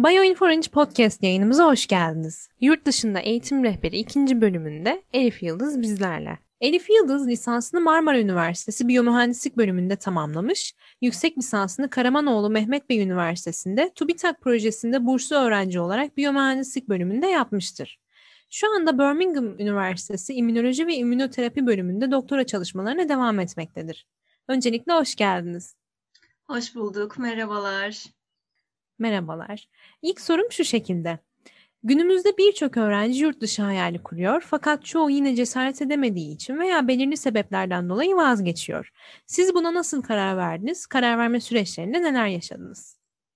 Bioinforange Podcast yayınımıza hoş geldiniz. Yurt dışında eğitim rehberi 2. bölümünde Elif Yıldız bizlerle. Elif Yıldız lisansını Marmara Üniversitesi Biyomühendislik bölümünde tamamlamış, yüksek lisansını Karamanoğlu Mehmet Bey Üniversitesi'nde TÜBİTAK projesinde burslu öğrenci olarak biyomühendislik bölümünde yapmıştır. Şu anda Birmingham Üniversitesi İmmünoloji ve İmmünoterapi bölümünde doktora çalışmalarına devam etmektedir. Öncelikle hoş geldiniz. Hoş bulduk, merhabalar. Merhabalar. İlk sorum şu şekilde. Günümüzde birçok öğrenci yurt dışı hayali kuruyor fakat çoğu yine cesaret edemediği için veya belirli sebeplerden dolayı vazgeçiyor. Siz buna nasıl karar verdiniz? Karar verme süreçlerinde neler yaşadınız?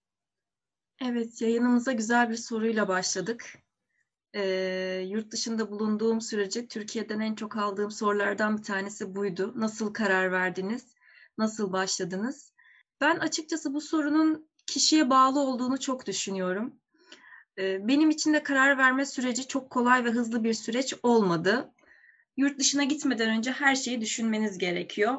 Evet, yayınımıza güzel bir soruyla başladık. Yurt dışında bulunduğum sürece Türkiye'den en çok aldığım sorulardan bir tanesi buydu. Nasıl karar verdiniz? Nasıl başladınız? Ben açıkçası bu sorunun kişiye bağlı olduğunu çok düşünüyorum. Benim için de karar verme süreci çok kolay ve hızlı bir süreç olmadı. Yurt dışına gitmeden önce her şeyi düşünmeniz gerekiyor.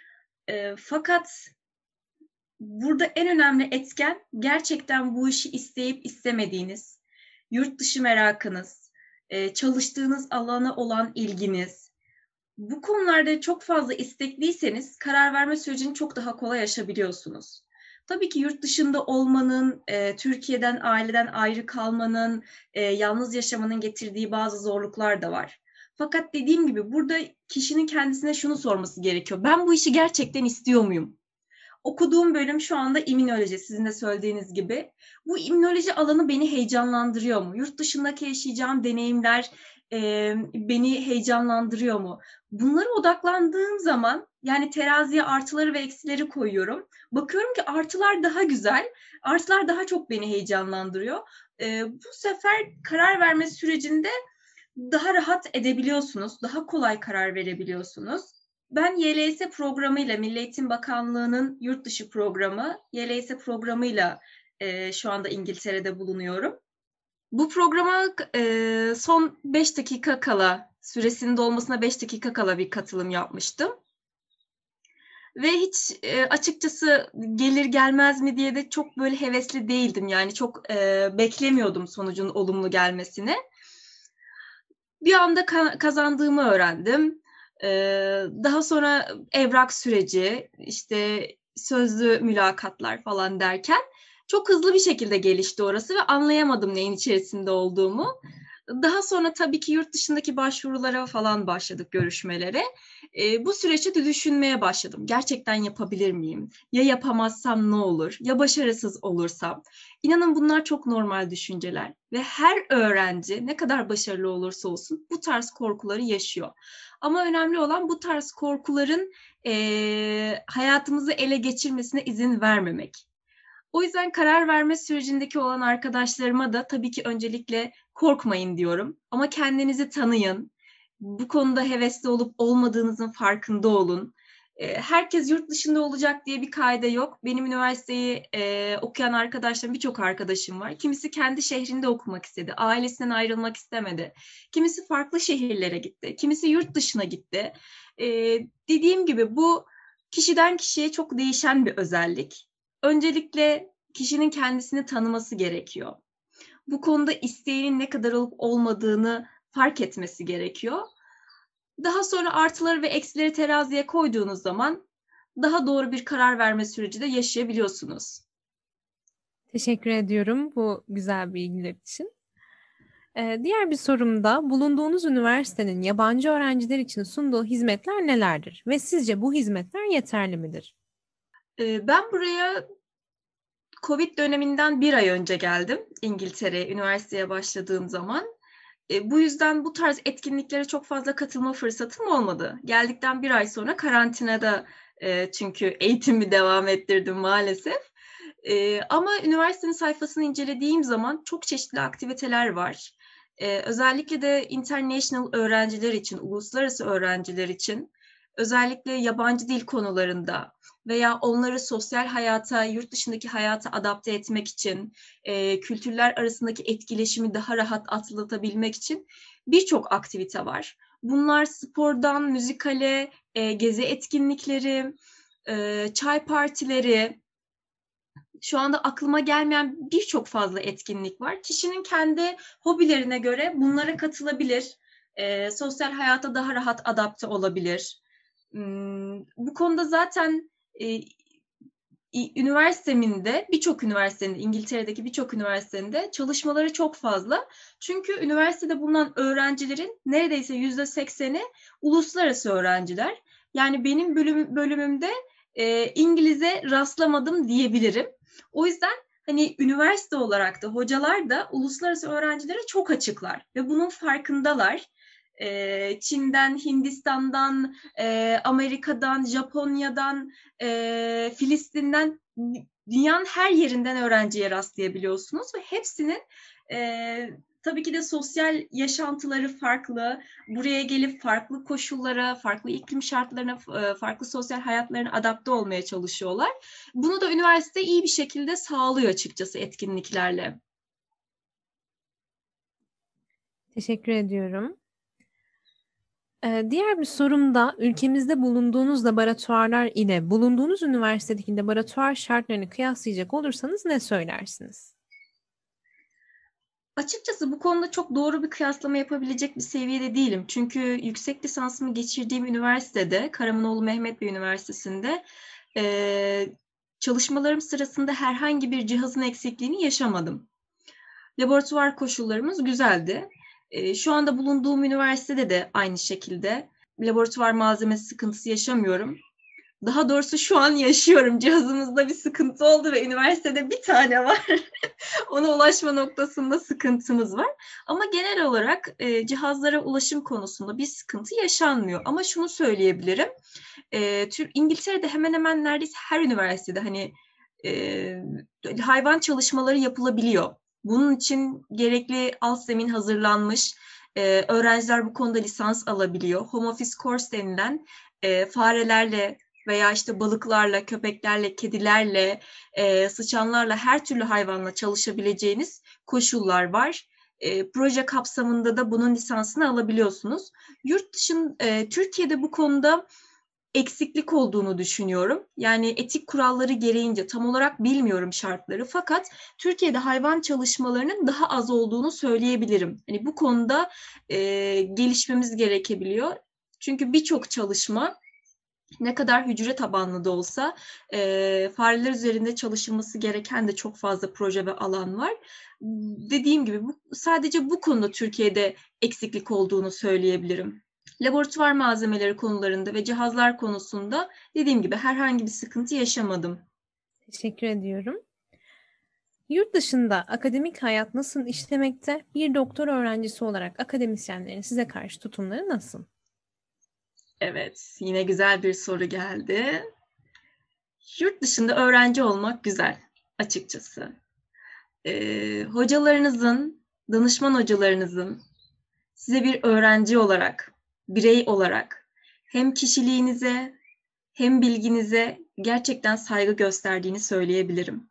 Fakat burada en önemli etken gerçekten bu işi isteyip istemediğiniz, yurt dışı merakınız, çalıştığınız alana olan ilginiz. Bu konularda çok fazla istekliyseniz karar verme sürecini çok daha kolay aşabiliyorsunuz. Tabii ki yurt dışında olmanın, Türkiye'den, aileden ayrı kalmanın, yalnız yaşamanın getirdiği bazı zorluklar da var. Fakat dediğim gibi burada kişinin kendisine şunu sorması gerekiyor. Ben bu işi gerçekten istiyor muyum? Okuduğum bölüm şu anda immünoloji, sizin de söylediğiniz gibi. Bu immünoloji alanı beni heyecanlandırıyor mu? Yurt dışındaki yaşayacağım deneyimler beni heyecanlandırıyor mu? Bunlara odaklandığım zaman, yani teraziye artıları ve eksileri koyuyorum. Bakıyorum ki artılar daha güzel, artılar daha çok beni heyecanlandırıyor. Bu sefer karar verme sürecinde daha rahat edebiliyorsunuz, daha kolay karar verebiliyorsunuz. Ben YLS programıyla, Milli Eğitim Bakanlığı'nın yurt dışı programı, YLS programıyla şu anda İngiltere'de bulunuyorum. Bu programa son 5 dakika kala, süresinin dolmasına 5 dakika kala bir katılım yapmıştım. Ve hiç açıkçası gelir gelmez mi diye de çok böyle hevesli değildim. Yani çok beklemiyordum sonucun olumlu gelmesini. Bir anda kazandığımı öğrendim. Daha sonra evrak süreci, işte sözlü mülakatlar falan derken çok hızlı bir şekilde gelişti orası ve anlayamadım neyin içerisinde olduğumu. Daha sonra tabii ki yurt dışındaki başvurulara falan başladık, görüşmelere. Bu süreçte de düşünmeye başladım. Gerçekten yapabilir miyim? Ya yapamazsam ne olur? Ya başarısız olursam? İnanın bunlar çok normal düşünceler ve her öğrenci ne kadar başarılı olursa olsun bu tarz korkuları yaşıyor. Ama önemli olan bu tarz korkuların hayatımızı ele geçirmesine izin vermemek. O yüzden karar verme sürecindeki olan arkadaşlarıma da tabii ki öncelikle korkmayın diyorum. Ama kendinizi tanıyın. Bu konuda hevesli olup olmadığınızın farkında olun. Herkes yurt dışında olacak diye bir kaide yok. Benim üniversiteyi okuyan arkadaşlarım, birçok arkadaşım var. Kimisi kendi şehrinde okumak istedi. Ailesinden ayrılmak istemedi. Kimisi farklı şehirlere gitti. Kimisi yurt dışına gitti. Dediğim gibi bu kişiden kişiye çok değişen bir özellik. Öncelikle kişinin kendisini tanıması gerekiyor. Bu konuda isteğinin ne kadar olup olmadığını fark etmesi gerekiyor. Daha sonra artıları ve eksileri teraziye koyduğunuz zaman daha doğru bir karar verme süreci de yaşayabiliyorsunuz. Teşekkür ediyorum bu güzel bilgiler için. Diğer bir sorum da bulunduğunuz üniversitenin yabancı öğrenciler için sunduğu hizmetler nelerdir? Ve sizce bu hizmetler yeterli midir? Ben buraya Covid döneminden bir ay önce geldim İngiltere'ye, üniversiteye başladığım zaman. Bu yüzden bu tarz etkinliklere çok fazla katılma fırsatım olmadı. Geldikten bir ay sonra karantinada çünkü eğitimi devam ettirdim maalesef. Ama üniversitenin sayfasını incelediğim zaman çok çeşitli aktiviteler var. Özellikle de international öğrenciler için, uluslararası öğrenciler için, özellikle yabancı dil konularında veya onları sosyal hayata, yurt dışındaki hayata adapte etmek için, kültürler arasındaki etkileşimi daha rahat atlatabilmek için birçok aktivite var. Bunlar spordan müzikale, gezi etkinlikleri, çay partileri, Şu anda aklıma gelmeyen birçok fazla etkinlik var. Kişinin kendi hobilerine göre bunlara katılabilir. Sosyal hayata daha rahat adapte olabilir. Bu konuda zaten birçok üniversitenin, İngiltere'deki birçok üniversitenin çalışmaları çok fazla. Çünkü üniversitede bulunan öğrencilerin neredeyse %80'i uluslararası öğrenciler. Yani benim bölümümde İngiliz'e rastlamadım diyebilirim. O yüzden hani üniversite olarak da hocalar da uluslararası öğrencilere çok açıklar ve bunun farkındalar. Çin'den, Hindistan'dan, Amerika'dan, Japonya'dan, Filistin'den, dünyanın her yerinden öğrenciye rastlayabiliyorsunuz ve hepsinin tabii ki de sosyal yaşantıları farklı. Buraya gelip farklı koşullara, farklı iklim şartlarına, farklı sosyal hayatlarına adapte olmaya çalışıyorlar. Bunu da üniversite iyi bir şekilde sağlıyor açıkçası etkinliklerle. Teşekkür ediyorum. Diğer bir sorum da ülkemizde bulunduğunuz laboratuvarlar ile bulunduğunuz üniversitedeki laboratuvar şartlarını kıyaslayacak olursanız ne söylersiniz? Açıkçası bu konuda çok doğru bir kıyaslama yapabilecek bir seviyede değilim. Çünkü yüksek lisansımı geçirdiğim üniversitede, Karamanoğlu Mehmet Bey Üniversitesi'nde çalışmalarım sırasında herhangi bir cihazın eksikliğini yaşamadım. Laboratuvar koşullarımız güzeldi. Şu anda bulunduğum üniversitede de aynı şekilde laboratuvar malzemesi sıkıntısı yaşamıyorum. Daha doğrusu şu an yaşıyorum. Cihazımızda bir sıkıntı oldu ve üniversitede bir tane var. Ona ulaşma noktasında sıkıntımız var. Ama genel olarak cihazlara ulaşım konusunda bir sıkıntı yaşanmıyor. Ama şunu söyleyebilirim. İngiltere'de hemen hemen neredeyse her üniversitede hani hayvan çalışmaları yapılabiliyor. Bunun için gerekli alt zemin hazırlanmış. Öğrenciler bu konuda lisans alabiliyor. Home office course denilen farelerle veya işte balıklarla, köpeklerle, kedilerle, sıçanlarla her türlü hayvanla çalışabileceğiniz koşullar var. Proje kapsamında da bunun lisansını alabiliyorsunuz. Türkiye'de bu konuda eksiklik olduğunu düşünüyorum. Yani etik kuralları gereğince tam olarak bilmiyorum şartları fakat Türkiye'de hayvan çalışmalarının daha az olduğunu söyleyebilirim. Hani bu konuda gelişmemiz gerekebiliyor. Çünkü birçok çalışma ne kadar hücre tabanlı da olsa fareler üzerinde çalışılması gereken de çok fazla proje ve alan var. Dediğim gibi sadece bu konuda Türkiye'de eksiklik olduğunu söyleyebilirim. Laboratuvar malzemeleri konularında ve cihazlar konusunda dediğim gibi herhangi bir sıkıntı yaşamadım. Teşekkür ediyorum. Yurt dışında akademik hayat nasıl işlemekte? Bir doktor öğrencisi olarak akademisyenlerin size karşı tutumları nasıl? Evet, yine güzel bir soru geldi. Yurt dışında öğrenci olmak güzel açıkçası. Hocalarınızın, danışman hocalarınızın size bir öğrenci olarak, birey olarak hem kişiliğinize hem bilginize gerçekten saygı gösterdiğini söyleyebilirim.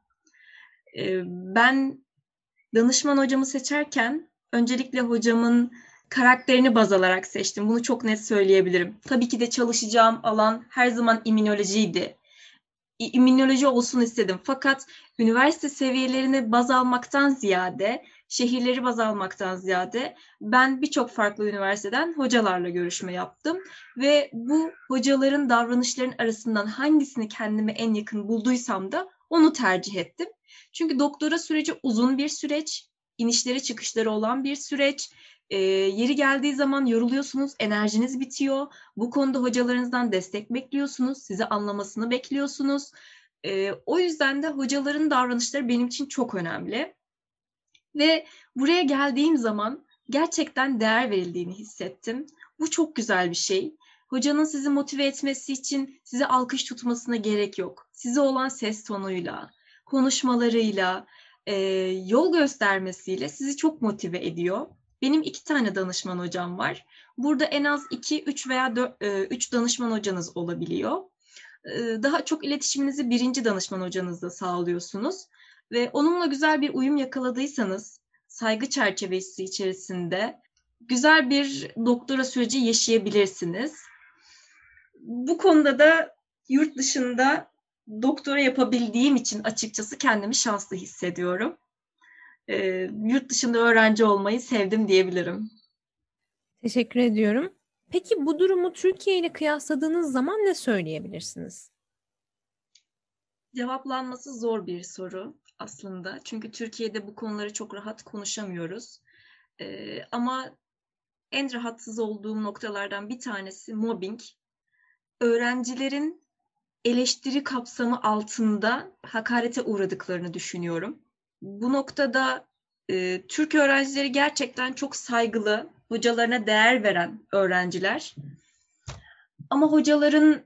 Ben danışman hocamı seçerken öncelikle hocamın karakterini baz alarak seçtim. Bunu çok net söyleyebilirim. Tabii ki de çalışacağım alan her zaman immünolojiydi. İmmünoloji olsun istedim. Fakat üniversite seviyelerini baz almaktan ziyade, şehirleri baz almaktan ziyade ben birçok farklı üniversiteden hocalarla görüşme yaptım ve bu hocaların davranışların arasından hangisini kendime en yakın bulduysam da onu tercih ettim. Çünkü doktora süreci uzun bir süreç, inişleri çıkışları olan bir süreç. Yeri geldiği zaman yoruluyorsunuz, enerjiniz bitiyor. Bu konuda hocalarınızdan destek bekliyorsunuz, sizi anlamasını bekliyorsunuz. O yüzden de hocaların davranışları benim için çok önemli. Ve buraya geldiğim zaman gerçekten değer verildiğini hissettim. Bu çok güzel bir şey. Hocanın sizi motive etmesi için size alkış tutmasına gerek yok. Size olan ses tonuyla, konuşmalarıyla, yol göstermesiyle sizi çok motive ediyor. Benim 2 tane danışman hocam var. Burada en az 2, 3 veya 3 danışman hocanız olabiliyor. Daha çok iletişiminizi birinci danışman hocanızla sağlıyorsunuz. Ve onunla güzel bir uyum yakaladıysanız, saygı çerçevesi içerisinde güzel bir doktora süreci yaşayabilirsiniz. Bu konuda da yurt dışında doktora yapabildiğim için açıkçası kendimi şanslı hissediyorum. Yurt dışında öğrenci olmayı sevdim diyebilirim. Teşekkür ediyorum. Peki bu durumu Türkiye ile kıyasladığınız zaman ne söyleyebilirsiniz? Cevaplanması zor bir soru aslında. Çünkü Türkiye'de bu konuları çok rahat konuşamıyoruz. Ama en rahatsız olduğum noktalardan bir tanesi mobbing. Öğrencilerin eleştiri kapsamı altında hakarete uğradıklarını düşünüyorum. Bu noktada Türk öğrencileri gerçekten çok saygılı, hocalarına değer veren öğrenciler. Ama hocaların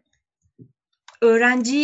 öğrenciyi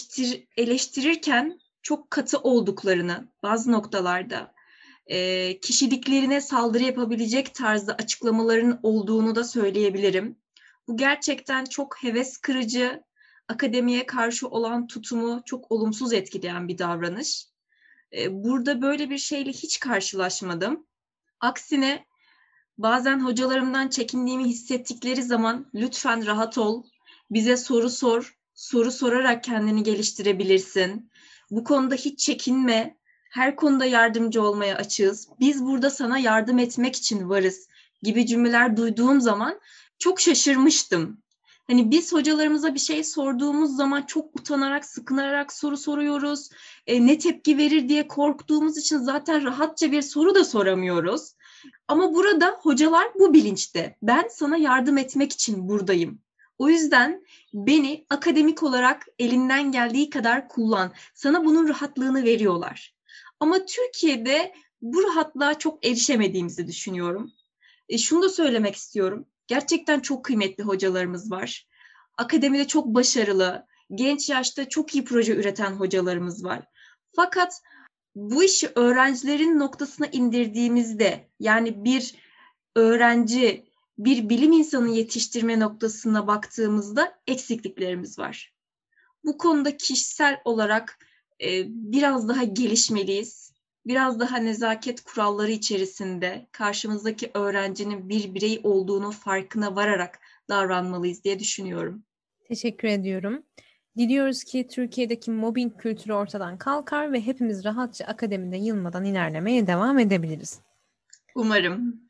eleştirirken çok katı olduklarını bazı noktalarda, kişiliklerine saldırı yapabilecek tarzda açıklamaların olduğunu da söyleyebilirim. Bu gerçekten çok heves kırıcı, akademiye karşı olan tutumu çok olumsuz etkileyen bir davranış. Burada böyle bir şeyle hiç karşılaşmadım. Aksine bazen hocalarımdan çekindiğimi hissettikleri zaman lütfen rahat ol, bize soru sor, soru sorarak kendini geliştirebilirsin. Bu konuda hiç çekinme, her konuda yardımcı olmaya açığız. Biz burada sana yardım etmek için varız gibi cümleler duyduğum zaman çok şaşırmıştım. Hani biz hocalarımıza bir şey sorduğumuz zaman çok utanarak, sıkınarak soru soruyoruz. Ne tepki verir diye korktuğumuz için zaten rahatça bir soru da soramıyoruz. Ama burada hocalar bu bilinçte. Ben sana yardım etmek için buradayım. O yüzden beni akademik olarak elinden geldiği kadar kullan. Sana bunun rahatlığını veriyorlar. Ama Türkiye'de bu rahatlığa çok erişemediğimizi düşünüyorum. Şunu da söylemek istiyorum. Gerçekten çok kıymetli hocalarımız var. Akademide çok başarılı, genç yaşta çok iyi proje üreten hocalarımız var. Fakat bu işi öğrencilerin noktasına indirdiğimizde, yani bir öğrenci, bir bilim insanı yetiştirme noktasına baktığımızda eksikliklerimiz var. Bu konuda kişisel olarak biraz daha gelişmeliyiz. Biraz daha nezaket kuralları içerisinde karşımızdaki öğrencinin bir birey olduğunu farkına vararak davranmalıyız diye düşünüyorum. Teşekkür ediyorum. Diliyoruz ki Türkiye'deki mobbing kültürü ortadan kalkar ve hepimiz rahatça akademide yılmadan ilerlemeye devam edebiliriz. Umarım.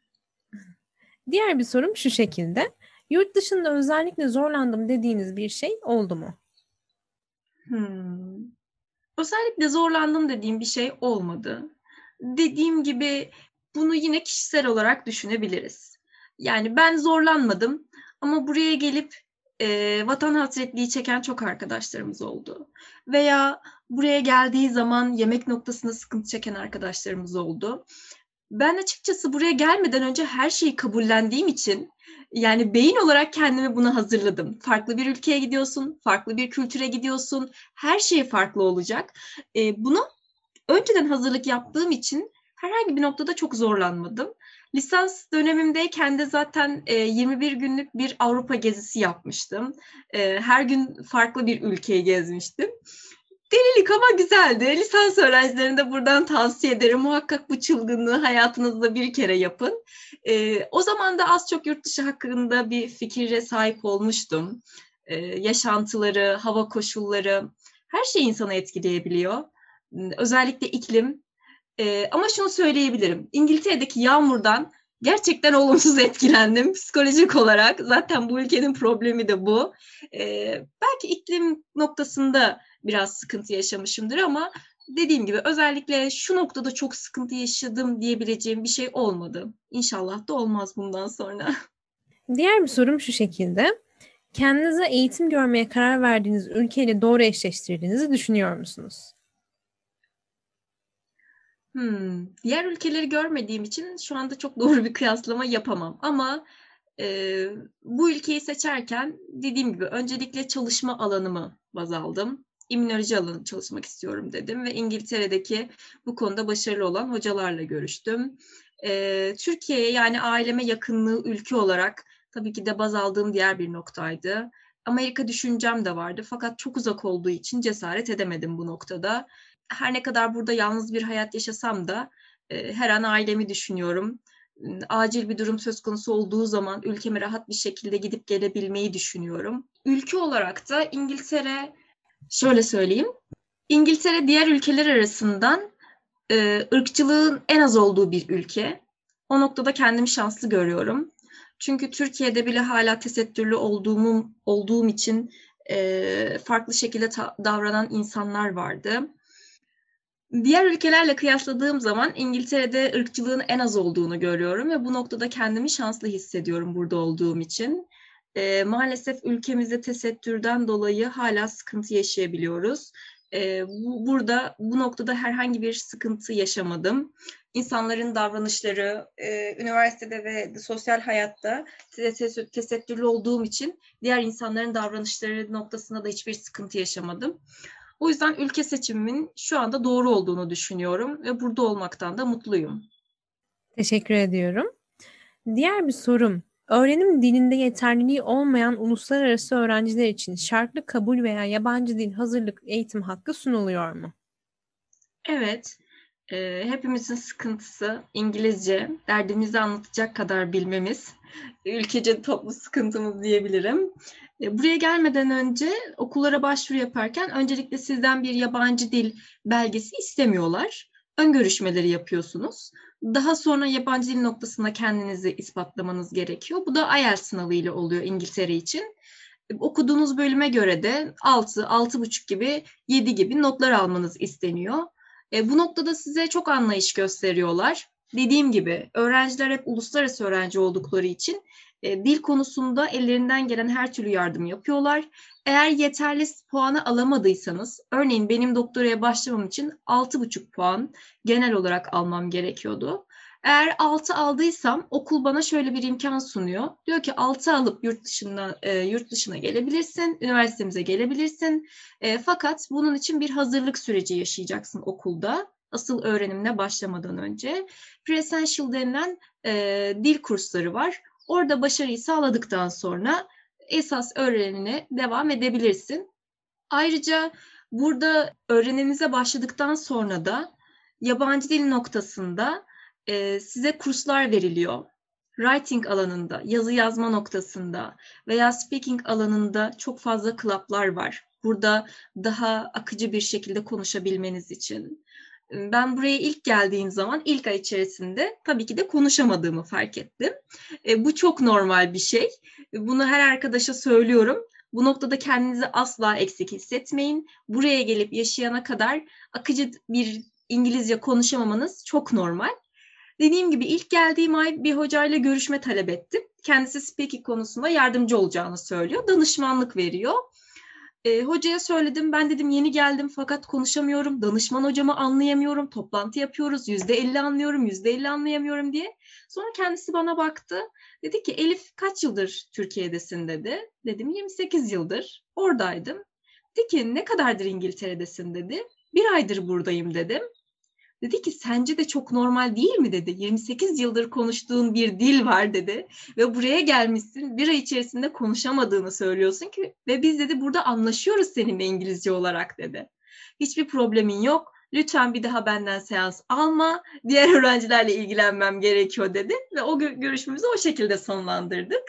Diğer bir sorum şu şekilde. Yurt dışında özellikle zorlandım dediğiniz bir şey oldu mu? Özellikle zorlandım dediğim bir şey olmadı. Dediğim gibi bunu yine kişisel olarak düşünebiliriz. Yani ben zorlanmadım ama buraya gelip vatan hasretliği çeken çok arkadaşlarımız oldu. Veya buraya geldiği zaman yemek noktasında sıkıntı çeken arkadaşlarımız oldu. Ben açıkçası buraya gelmeden önce her şeyi kabullendiğim için yani beyin olarak kendimi buna hazırladım. Farklı bir ülkeye gidiyorsun, farklı bir kültüre gidiyorsun, her şey farklı olacak. Bunu önceden hazırlık yaptığım için herhangi bir noktada çok zorlanmadım. Lisans dönemimdeyken de zaten 21 günlük bir Avrupa gezisi yapmıştım. Her gün farklı bir ülkeyi gezmiştim. Delilik ama güzeldi. Lisans öğrencilerine de buradan tavsiye ederim. Muhakkak bu çılgınlığı hayatınızda bir kere yapın. O zaman da az çok yurt dışı hakkında bir fikire sahip olmuştum. Yaşantıları, hava koşulları, her şey insanı etkileyebiliyor. Özellikle iklim. Ama şunu söyleyebilirim. İngiltere'deki yağmurdan gerçekten olumsuz etkilendim psikolojik olarak. Zaten bu ülkenin problemi de bu. Belki iklim noktasında biraz sıkıntı yaşamışımdır ama dediğim gibi özellikle şu noktada çok sıkıntı yaşadım diyebileceğim bir şey olmadı. İnşallah da olmaz bundan sonra. Diğer bir sorum şu şekilde. Kendinize eğitim görmeye karar verdiğiniz ülkeyle doğru eşleştirdiğinizi düşünüyor musunuz? Diğer ülkeleri görmediğim için şu anda çok doğru bir kıyaslama yapamam. Ama bu ülkeyi seçerken dediğim gibi öncelikle çalışma alanımı baz aldım. İmmünoloji alanı çalışmak istiyorum dedim ve İngiltere'deki bu konuda başarılı olan hocalarla görüştüm. Türkiye'ye yani aileme yakınlığı ülke olarak tabii ki de baz aldığım diğer bir noktaydı. Amerika düşüncem de vardı fakat çok uzak olduğu için cesaret edemedim bu noktada. Her ne kadar burada yalnız bir hayat yaşasam da her an ailemi düşünüyorum. Acil bir durum söz konusu olduğu zaman ülkeme rahat bir şekilde gidip gelebilmeyi düşünüyorum. Ülke olarak da İngiltere Şöyle söyleyeyim. İngiltere diğer ülkeler arasından ırkçılığın en az olduğu bir ülke. O noktada kendimi şanslı görüyorum. Çünkü Türkiye'de bile hala tesettürlü olduğum için farklı şekilde davranan insanlar vardı. Diğer ülkelerle kıyasladığım zaman İngiltere'de ırkçılığın en az olduğunu görüyorum ve bu noktada kendimi şanslı hissediyorum burada olduğum için. Maalesef ülkemizde tesettürden dolayı hala sıkıntı yaşayabiliyoruz. Burada bu noktada herhangi bir sıkıntı yaşamadım. İnsanların davranışları, üniversitede ve sosyal hayatta tesettürlü olduğum için diğer insanların davranışları noktasında da hiçbir sıkıntı yaşamadım. O yüzden ülke seçimimin şu anda doğru olduğunu düşünüyorum ve burada olmaktan da mutluyum. Teşekkür ediyorum. Diğer bir sorum. Öğrenim dilinde yeterliliği olmayan uluslararası öğrenciler için şartlı kabul veya yabancı dil hazırlık eğitim hakkı sunuluyor mu? Evet, hepimizin sıkıntısı İngilizce, derdimizi anlatacak kadar bilmemiz, ülkece toplu sıkıntımız diyebilirim. Buraya gelmeden önce okullara başvuru yaparken öncelikle sizden bir yabancı dil belgesi istemiyorlar. Ön görüşmeleri yapıyorsunuz. Daha sonra yabancı dil noktasında kendinizi ispatlamanız gerekiyor. Bu da IELTS sınavı ile oluyor İngiltere için. Okuduğunuz bölüme göre de 6, 6,5 gibi, 7 gibi notlar almanız isteniyor. Bu noktada size çok anlayış gösteriyorlar. Dediğim gibi öğrenciler hep uluslararası öğrenci oldukları için dil konusunda ellerinden gelen her türlü yardım yapıyorlar. Eğer yeterli puanı alamadıysanız, örneğin benim doktoraya başlamam için 6,5 puan genel olarak almam gerekiyordu. Eğer 6 aldıysam okul bana şöyle bir imkan sunuyor. Diyor ki 6 alıp yurt dışına gelebilirsin, üniversitemize gelebilirsin. Fakat bunun için bir hazırlık süreci yaşayacaksın okulda. Asıl öğrenimine başlamadan önce. Pre-Essential denilen dil kursları var. Orada başarıyı sağladıktan sonra esas öğrenimine devam edebilirsin. Ayrıca burada öğrenimize başladıktan sonra da yabancı dil noktasında size kurslar veriliyor. Writing alanında, yazı yazma noktasında veya speaking alanında çok fazla klaplar var. Burada daha akıcı bir şekilde konuşabilmeniz için. Ben buraya ilk geldiğim zaman ilk ay içerisinde tabii ki de konuşamadığımı fark ettim. Bu çok normal bir şey. Bunu her arkadaşa söylüyorum. Bu noktada kendinizi asla eksik hissetmeyin. Buraya gelip yaşayana kadar akıcı bir İngilizce konuşamamanız çok normal. Dediğim gibi ilk geldiğim ay bir hocayla görüşme talep ettim. Kendisi speaking konusunda yardımcı olacağını söylüyor. Danışmanlık veriyor. Hocaya söyledim. Ben dedim yeni geldim fakat konuşamıyorum. Danışman hocamı anlayamıyorum. Toplantı yapıyoruz. %50 anlıyorum, %50 anlayamıyorum diye. Sonra kendisi bana baktı. Dedi ki Elif kaç yıldır Türkiye'desin dedi. Dedim 28 yıldır. Oradaydım. Dedi ki ne kadardır İngiltere'desin dedi. 1 aydır buradayım dedim. Dedi ki sence de çok normal değil mi dedi. 28 yıldır konuştuğun bir dil var dedi. Ve buraya gelmişsin 1 ay içerisinde konuşamadığını söylüyorsun ki ve biz dedi burada anlaşıyoruz seninle İngilizce olarak dedi. Hiçbir problemin yok. Lütfen bir daha benden seans alma. Diğer öğrencilerle ilgilenmem gerekiyor dedi. Ve o görüşmemizi o şekilde sonlandırdık.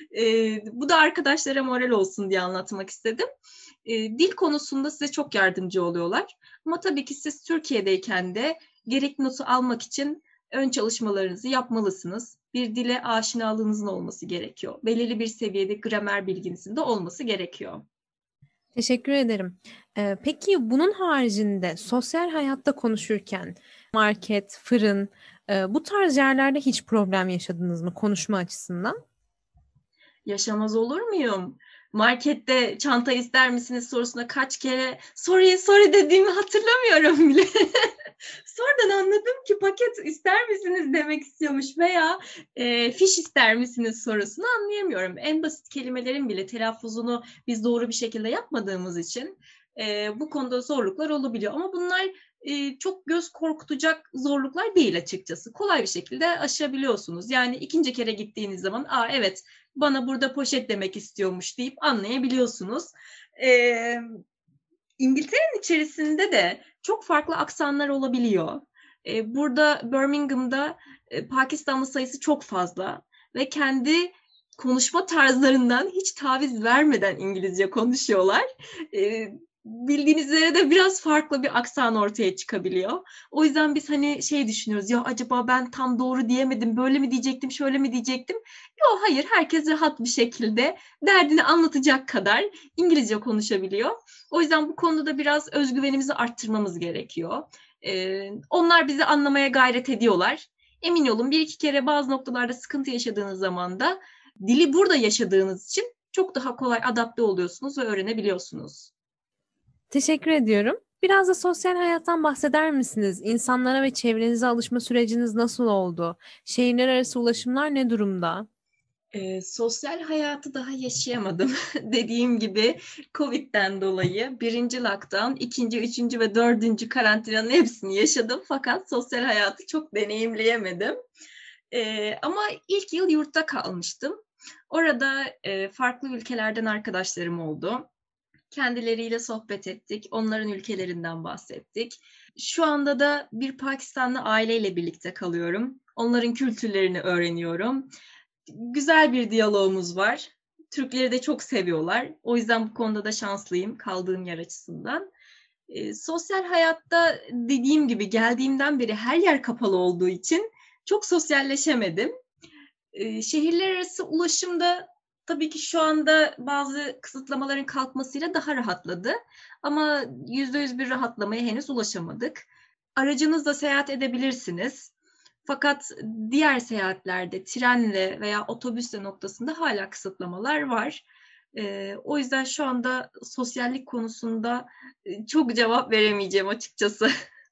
Bu da arkadaşlara moral olsun diye anlatmak istedim. Dil konusunda size çok yardımcı oluyorlar. Ama tabii ki siz Türkiye'deyken de gerekli notu almak için ön çalışmalarınızı yapmalısınız. Bir dile aşinalığınızın olması gerekiyor. Belirli bir seviyede gramer bilginizin de olması gerekiyor. Teşekkür ederim. Peki bunun haricinde sosyal hayatta konuşurken market, fırın, bu tarz yerlerde hiç problem yaşadınız mı konuşma açısından? Yaşamaz olur muyum? Markette çanta ister misiniz sorusuna kaç kere sorry dediğimi hatırlamıyorum bile. Sonradan anladım ki paket ister misiniz demek istiyormuş veya fiş ister misiniz sorusunu anlayamıyorum. En basit kelimelerin bile telaffuzunu biz doğru bir şekilde yapmadığımız için bu konuda zorluklar olabiliyor. Ama bunlar çok göz korkutacak zorluklar değil açıkçası. Kolay bir şekilde aşabiliyorsunuz. Yani ikinci kere gittiğiniz zaman evet bana burada poşet demek istiyormuş deyip anlayabiliyorsunuz. İngiltere'nin içerisinde de çok farklı aksanlar olabiliyor. Burada Birmingham'da Pakistanlı sayısı çok fazla ve kendi konuşma tarzlarından hiç taviz vermeden İngilizce konuşuyorlar. bildiğiniz üzere de biraz farklı bir aksan ortaya çıkabiliyor. O yüzden biz hani şey düşünüyoruz, ya acaba ben tam doğru diyemedim, böyle mi diyecektim, şöyle mi diyecektim? Yok, hayır, herkes rahat bir şekilde derdini anlatacak kadar İngilizce konuşabiliyor. O yüzden bu konuda da biraz özgüvenimizi arttırmamız gerekiyor. Onlar bizi anlamaya gayret ediyorlar. Emin olun, bir iki kere bazı noktalarda sıkıntı yaşadığınız zaman da dili burada yaşadığınız için çok daha kolay adapte oluyorsunuz ve öğrenebiliyorsunuz. Teşekkür ediyorum. Biraz da sosyal hayattan bahseder misiniz? İnsanlara ve çevrenize alışma süreciniz nasıl oldu? Şehirler arası ulaşımlar ne durumda? Sosyal hayatı daha yaşayamadım. Dediğim gibi Covid'den dolayı birinci lockdown, ikinci, üçüncü ve dördüncü karantinanın hepsini yaşadım. Fakat sosyal hayatı çok deneyimleyemedim. Ama ilk yıl yurtta kalmıştım. Orada farklı ülkelerden arkadaşlarım oldu. Kendileriyle sohbet ettik, onların ülkelerinden bahsettik. Şu anda da bir Pakistanlı aileyle birlikte kalıyorum. Onların kültürlerini öğreniyorum. Güzel bir diyalogumuz var. Türkleri de çok seviyorlar. O yüzden bu konuda da şanslıyım kaldığım yer açısından. Sosyal hayatta dediğim gibi geldiğimden beri her yer kapalı olduğu için çok sosyalleşemedim. Şehirler arası ulaşımda tabii ki şu anda bazı kısıtlamaların kalkmasıyla daha rahatladı. Ama %100 bir rahatlamaya henüz ulaşamadık. Aracınızla seyahat edebilirsiniz. Fakat diğer seyahatlerde trenle veya otobüsle noktasında hala kısıtlamalar var. O yüzden şu anda sosyallik konusunda çok cevap veremeyeceğim açıkçası.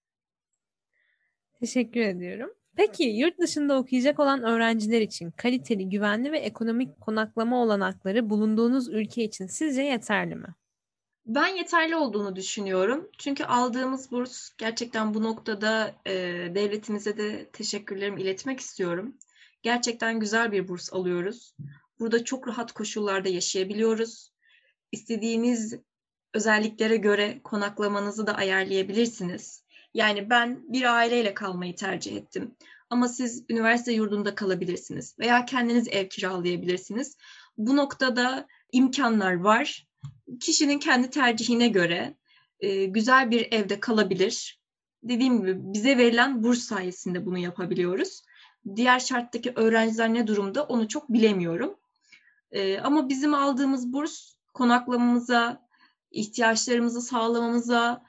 Teşekkür ediyorum. Peki yurt dışında okuyacak olan öğrenciler için kaliteli, güvenli ve ekonomik konaklama olanakları bulunduğunuz ülke için sizce yeterli mi? Ben yeterli olduğunu düşünüyorum. Çünkü aldığımız burs gerçekten bu noktada devletimize de teşekkürlerimi iletmek istiyorum. Gerçekten güzel bir burs alıyoruz. Burada çok rahat koşullarda yaşayabiliyoruz. İstediğiniz özelliklere göre konaklamanızı da ayarlayabilirsiniz. Yani ben bir aileyle kalmayı tercih ettim. Ama siz üniversite yurdunda kalabilirsiniz veya kendiniz ev kiralayabilirsiniz. Bu noktada imkanlar var. Kişinin kendi tercihine göre güzel bir evde kalabilir. Dediğim gibi bize verilen burs sayesinde bunu yapabiliyoruz. Diğer şarttaki öğrenciler ne durumda onu çok bilemiyorum. Ama bizim aldığımız burs konaklamamıza, ihtiyaçlarımızı sağlamamıza,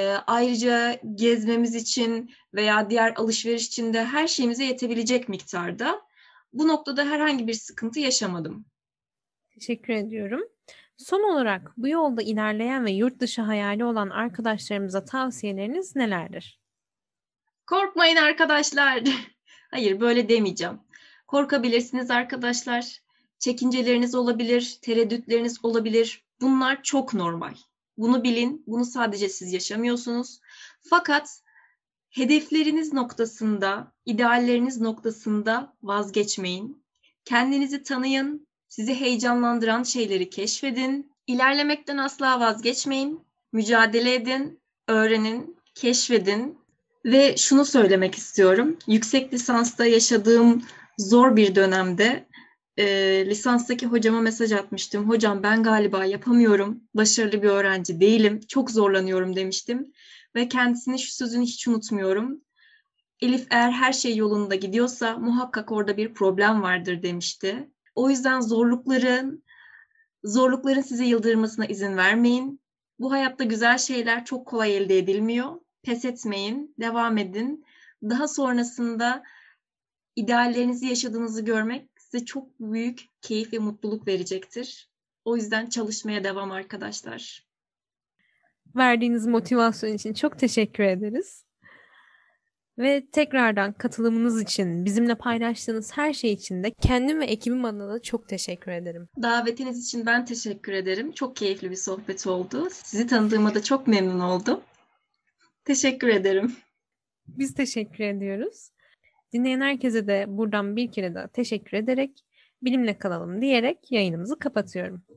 ayrıca gezmemiz için veya diğer alışveriş için de her şeyimize yetebilecek miktarda. Bu noktada herhangi bir sıkıntı yaşamadım. Teşekkür ediyorum. Son olarak bu yolda ilerleyen ve yurt dışı hayali olan arkadaşlarımıza tavsiyeleriniz nelerdir? Korkmayın arkadaşlar. Hayır, böyle demeyeceğim. Korkabilirsiniz arkadaşlar. Çekinceleriniz olabilir, tereddütleriniz olabilir. Bunlar çok normal. Bunu bilin. Bunu sadece siz yaşamıyorsunuz. Fakat hedefleriniz noktasında, idealleriniz noktasında vazgeçmeyin. Kendinizi tanıyın. Sizi heyecanlandıran şeyleri keşfedin. İlerlemekten asla vazgeçmeyin. Mücadele edin, öğrenin, keşfedin. Ve şunu söylemek istiyorum. Yüksek lisansta yaşadığım zor bir dönemde lisanstaki hocama mesaj atmıştım. Hocam ben galiba yapamıyorum. Başarılı bir öğrenci değilim. Çok zorlanıyorum demiştim. Ve kendisinin şu sözünü hiç unutmuyorum. Elif, eğer her şey yolunda gidiyorsa muhakkak orada bir problem vardır demişti. O yüzden zorlukların sizi yıldırmasına izin vermeyin. Bu hayatta güzel şeyler çok kolay elde edilmiyor. Pes etmeyin, devam edin. Daha sonrasında ideallerinizi yaşadığınızı görmek size çok büyük keyif ve mutluluk verecektir. O yüzden çalışmaya devam arkadaşlar. Verdiğiniz motivasyon için çok teşekkür ederiz. Ve tekrardan katılımınız için, bizimle paylaştığınız her şey için de kendim ve ekibim adına da çok teşekkür ederim. Davetiniz için ben teşekkür ederim. Çok keyifli bir sohbet oldu. Sizi tanıdığıma da çok memnun oldum. Teşekkür ederim. Biz teşekkür ediyoruz. Dinleyen herkese de buradan bir kere daha teşekkür ederek bilimle kalalım diyerek yayınımızı kapatıyorum.